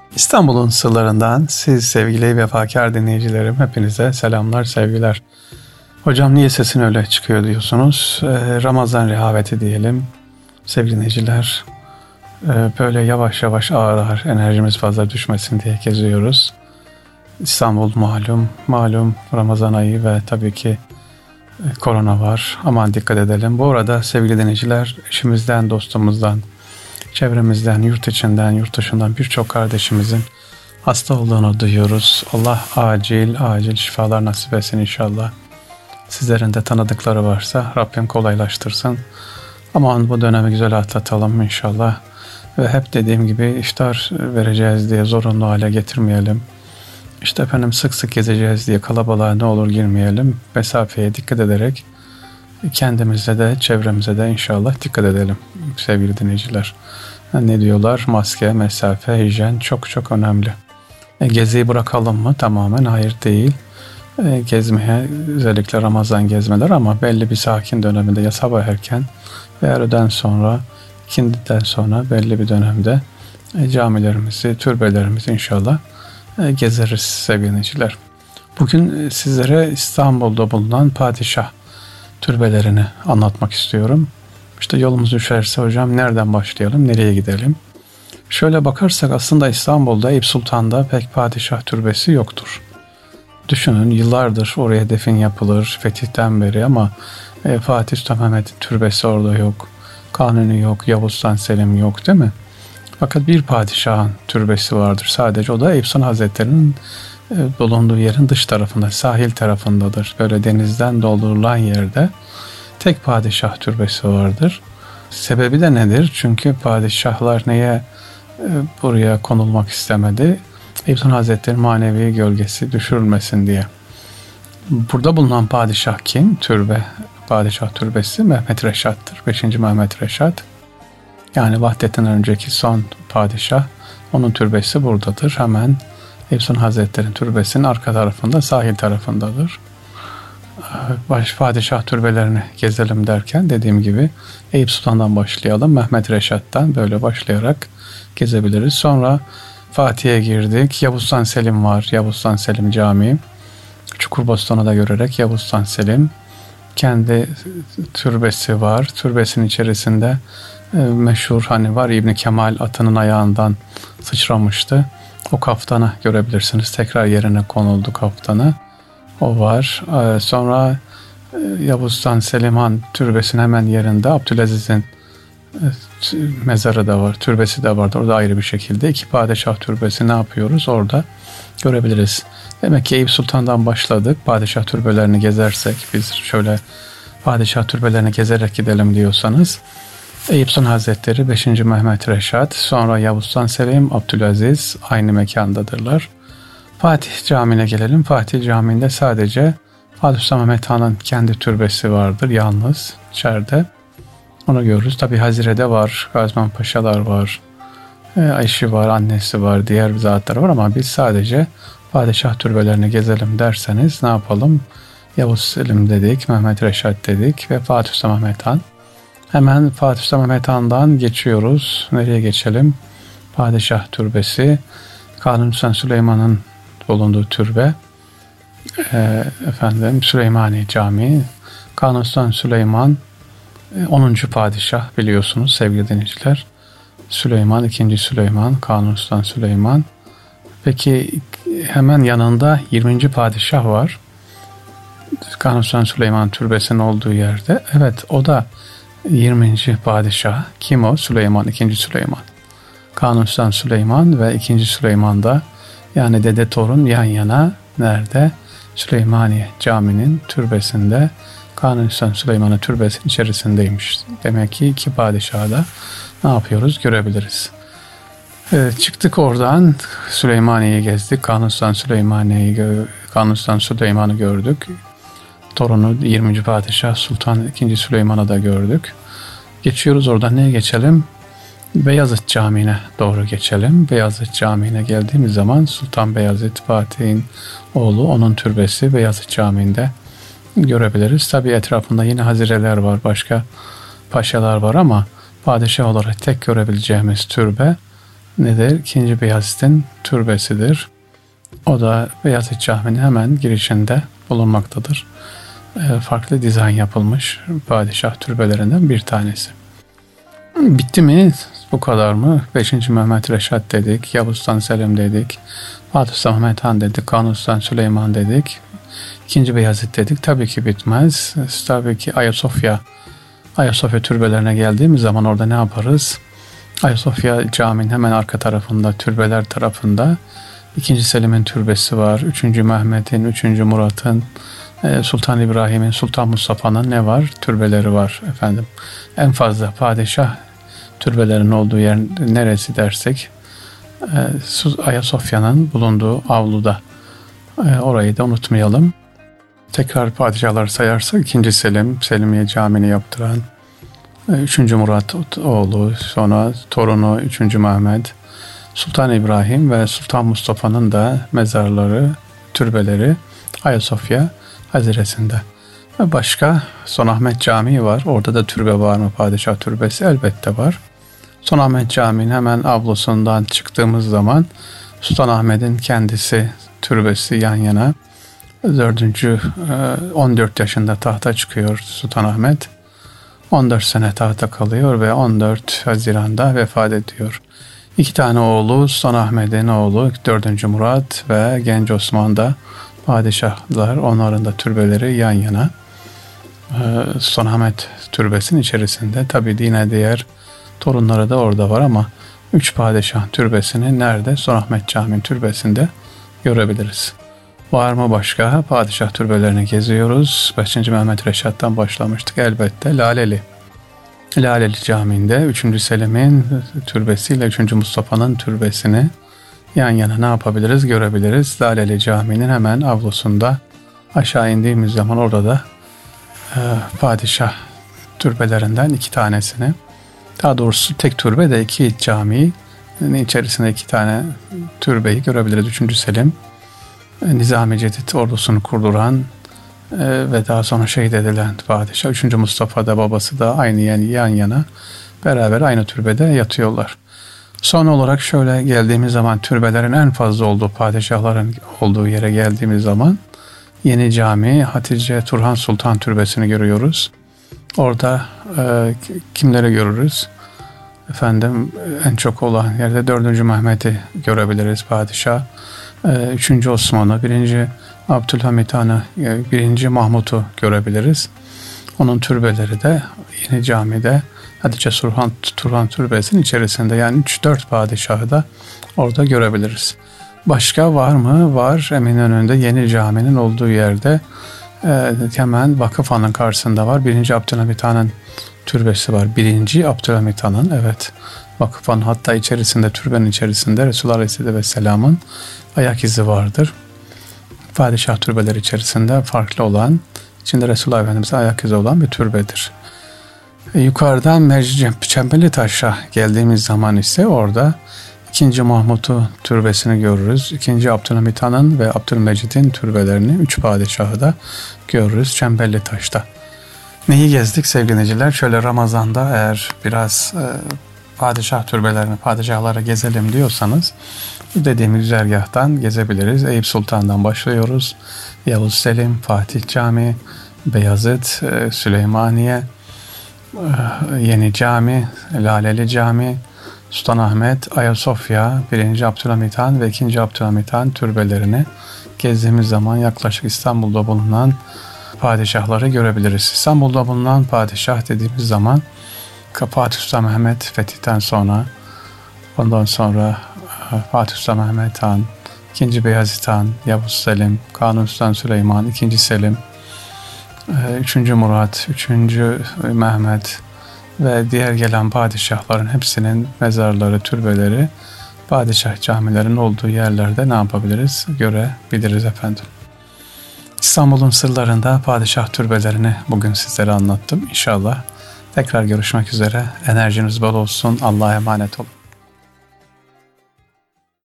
İstanbul'un sırlarından siz sevgili vefakar dinleyicilerim, hepinize selamlar, sevgiler. Hocam niye sesin öyle çıkıyor diyorsunuz. Ramazan rehaveti diyelim. Sevgili dinleyiciler, böyle yavaş yavaş ağır ağır enerjimiz fazla düşmesin diye geziyoruz. İstanbul malum Ramazan ayı ve tabii ki korona var. Aman dikkat edelim. Bu arada sevgili dinleyiciler, eşimizden, dostumuzdan, çevremizden, yurt içinden, yurt dışından birçok kardeşimizin hasta olduğunu duyuyoruz. Allah acil şifalar nasip etsin inşallah. Sizlerin de tanıdıkları varsa Rabbim kolaylaştırsın. Aman bu dönemi güzel atlatalım inşallah. Ve hep dediğim gibi iftar vereceğiz diye zorunlu hale getirmeyelim. İşte efendim sık sık gezeceğiz diye kalabalığa ne olur girmeyelim. Mesafeye dikkat ederek kendimize de çevremize de inşallah dikkat edelim sevgili dinleyiciler. Ne diyorlar? Maske, mesafe, hijyen çok önemli. Geziyi bırakalım mı? Tamamen hayır değil. Gezmeye, özellikle Ramazan gezmeler ama belli bir sakin döneminde ya sabah erken veya öğleden sonra, ikindiden sonra belli bir dönemde camilerimizi, türbelerimizi inşallah gezeriz sevgili dinleyiciler. Bugün sizlere İstanbul'da bulunan padişah türbelerini anlatmak istiyorum. İşte yolumuz düşerse hocam nereden başlayalım, nereye gidelim? Şöyle bakarsak aslında İstanbul'da Eyüp Sultan'da pek padişah türbesi yoktur. Düşünün yıllardır oraya defin yapılır fetihten beri ama Fatih Sultan Mehmet'in türbesi orada yok. Kanuni yok, Yavuz Sultan Selim yok değil mi? Fakat bir padişahın türbesi vardır sadece, o da Eyüp Sultan Hazretleri'nin bulunduğu yerin dış tarafında, sahil tarafındadır. Böyle denizden doldurulan yerde tek padişah türbesi vardır. Sebebi de nedir? Çünkü padişahlar neye buraya konulmak istemedi? Eyüp Sultan Hazretleri manevi gölgesi düşürülmesin diye. Burada bulunan padişah kim? Türbe, padişah türbesi Mehmet Reşat'tır. 5. Mehmet Reşat. Yani Vahdet'ten önceki son padişah. Onun türbesi buradadır. Hemen Eyüp Sultan Hazretleri'nin türbesinin arka tarafında, sahil tarafındadır. Padişah türbelerini gezelim derken dediğim gibi Eyüp Sultan'dan başlayalım. Mehmet Reşat'tan böyle başlayarak gezebiliriz. Sonra Fatih'e girdik. Yavuz Sultan Selim var. Yavuz Sultan Selim Camii. Çukurbostan'ı da görerek Yavuz Sultan Selim kendi türbesi var. Türbesinin içerisinde meşhur hani var İbn Kemal atının ayağından sıçramıştı. O kaftanı görebilirsiniz. Tekrar yerine konuldu kaftanı. O var. Sonra Yavuz Sultan Selim Han türbesinin hemen yerinde Abdülaziz'in mezarı da var. Türbesi de vardı. Orada ayrı bir şekilde. İki padişah türbesi ne yapıyoruz? Orada görebiliriz. Demek ki Eyüp Sultan'dan başladık. Padişah türbelerini gezersek, biz şöyle padişah türbelerini gezerek gidelim diyorsanız, Eyüp Sultan Hazretleri 5. Mehmet Reşat, sonra Yavuz Sultan Selim, Abdülaziz aynı mekandadırlar. Fatih Camii'ne gelelim. Fatih Camii'nde sadece Fatih Sultan Mehmet Han'ın kendi türbesi vardır. Yalnız içeride. Onu görürüz. Tabi Hazire'de var. Gaziman Paşalar var. Eşi var, annesi var, diğer zatlar var ama biz sadece padişah türbelerini gezelim derseniz ne yapalım? Yavuz Selim dedik, Mehmet Reşat dedik ve Fatih Sultan Mehmet Han. Hemen Fatih Sultan Mehmet Han'dan geçiyoruz. Nereye geçelim? Padişah türbesi. Kanuni Sultan Süleyman'ın bulunduğu türbe. Süleymaniye Camii. Kanuni Sultan Süleyman 10. padişah biliyorsunuz sevgili dinleyiciler. Süleyman, 2. Süleyman, Kanuni Sultan Süleyman. Peki hemen yanında 20. padişah var. Kanuni Sultan Süleyman türbesinin olduğu yerde. Evet, o da 20. padişah. Kim o? Süleyman, 2. Süleyman. Kanuni Sultan Süleyman ve 2. Süleyman da yani dede torun yan yana nerede? Süleymaniye Camii'nin türbesinde, Kanuni Sultan Süleyman'ın türbesinin içerisindeymiş. Demek ki iki padişahı da ne yapıyoruz? Görebiliriz. Çıktık oradan, Süleymaniye'yi gezdik. Kanuni Sultan Süleyman'ı gördük. Torunu 20. padişah Sultan II. Süleyman'ı da gördük. Geçiyoruz oradan, neye geçelim? Beyazıt Camii'ne doğru geçelim. Beyazıt Camii'ne geldiğimiz zaman Sultan Beyazıt Fatih'in oğlu, onun türbesi Beyazıt Camii'nde görebiliriz. Tabii etrafında yine hazireler var, başka paşalar var ama padişah olarak tek görebileceğimiz türbe nedir? 2. Beyazıt'ın türbesidir. O da Beyazıt Camii'nin hemen girişinde bulunmaktadır. Farklı dizayn yapılmış padişah türbelerinden bir tanesi. Bitti mi? Bu kadar mı? 5. Mehmet Reşat dedik, Yavuz Sultan Selim dedik, Fatih Sultan Mehmet Han dedik, Kanuni Sultan Süleyman dedik, 2. Beyazıt dedik. Tabii ki bitmez. Tabii ki Ayasofya türbelerine geldiğimiz zaman orada ne yaparız? Ayasofya Camii'nin hemen arka tarafında, türbeler tarafında 2. Selim'in türbesi var. 3. Mehmet'in, 3. Murat'ın, Sultan İbrahim'in, Sultan Mustafa'nın ne var? Türbeleri var efendim. En fazla padişah türbelerinin olduğu yer neresi dersek Ayasofya'nın bulunduğu avluda. Orayı da unutmayalım. Tekrar padişahları sayarsak 2. Selim, Selimiye Camii'ni yaptıran, 3. Murat oğlu, sonra torunu 3. Mehmet, Sultan İbrahim ve Sultan Mustafa'nın da mezarları, türbeleri Ayasofya Haziresi'nde. Ve başka Sultanahmet Camii var. Orada da türbe var mı? Padişah türbesi elbette var. Sultanahmet Camii'nin hemen avlusundan çıktığımız zaman Sultanahmet'in kendisi türbesi yan yana. 14 yaşında tahta çıkıyor Sultanahmet. 14 sene tahta kalıyor ve 14 Haziran'da vefat ediyor. 2 tane oğlu, Sultanahmet'in oğlu 4. Murat ve Genç Osman'da padişahlar, onların da türbeleri yan yana. Sultanahmet türbesinin içerisinde. Tabi yine diğer torunları da orada var ama 3 padişah türbesini nerede? Sultanahmet Camii'nin türbesinde görebiliriz. Var mı başka? Padişah türbelerini geziyoruz. 5. Mehmet Reşat'tan başlamıştık elbette. Laleli Camii'nde 3. Selim'in türbesiyle 3. Mustafa'nın türbesini yan yana ne yapabiliriz? Görebiliriz. Laleli Camii'nin hemen avlusunda aşağı indiğimiz zaman orada da padişah türbelerinden 2 tanesini, daha doğrusu tek türbe de 2 caminin içerisinde 2 tane türbeyi görebiliriz. 3. Selim Nizami Cedid ordusunu kurduran ve daha sonra şehit edilen padişah. 3. Mustafa da babası da aynı yan yana beraber aynı türbede yatıyorlar. Son olarak şöyle geldiğimiz zaman türbelerin en fazla olduğu, padişahların olduğu yere geldiğimiz zaman Yeni Cami, Hatice Turhan Sultan Türbesi'ni görüyoruz. Orada kimleri görürüz? Efendim en çok olan yerde 4. Mehmet'i görebiliriz padişah. 3. Osman'ı, 1. Abdülhamit Han'ı, 1. Mahmut'u görebiliriz. Onun türbeleri de Yeni Cami'de Hatice Turhan Türbesi'nin içerisinde, yani 3-4 padişahı da orada görebiliriz. Başka var mı? Var. Eminönü'nde Yeni Cami'nin olduğu yerde hemen Vakıfhan'ın karşısında var. 1. Abdülhamit Han'ın türbesi var. 1. Abdülhamit Han'ın, evet. Vakıfhan, hatta içerisinde, türbenin içerisinde Resulullah Aleyhisselam'ın ayak izi vardır. Padişah türbeleri içerisinde farklı olan, içinde Resulullah Efendimiz'e ayak izi olan bir türbedir. Yukarıdan Çemberli Taş'a geldiğimiz zaman ise orada 2. Mahmut'u türbesini görürüz. 2. Abdülhamit Han'ın ve Abdülmecid'in türbelerini, 3 padişahı da görürüz Çemberli Taş'ta. Neyi gezdik sevgili dinleyiciler? Şöyle Ramazan'da eğer biraz padişah türbelerini, padişahlara gezelim diyorsanız dediğimiz güzergahtan gezebiliriz. Eyüp Sultan'dan başlıyoruz. Yavuz Selim, Fatih Camii, Beyazıt, Süleymaniye, Yeni Cami, Laleli Cami, Sultanahmet, Ayasofya, 1. Abdülhamit Han ve 2. Abdülhamit Han türbelerini gezdiğimiz zaman yaklaşık İstanbul'da bulunan padişahları görebiliriz. İstanbul'da bulunan padişah dediğimiz zaman Fatih Sultan Mehmet fetihten sonra, ondan sonra Fatih Sultan Mehmet Han, 2. Beyazıt Han, Yavuz Selim, Kanuni Sultan Süleyman, 2. Selim, 3. Murat, 3. Mehmet ve diğer gelen padişahların hepsinin mezarları, türbeleri, padişah camilerinin olduğu yerlerde ne yapabiliriz? Görebiliriz efendim. İstanbul'un sırlarında padişah türbelerini bugün sizlere anlattım. İnşallah tekrar görüşmek üzere. Enerjiniz bol olsun. Allah'a emanet olun.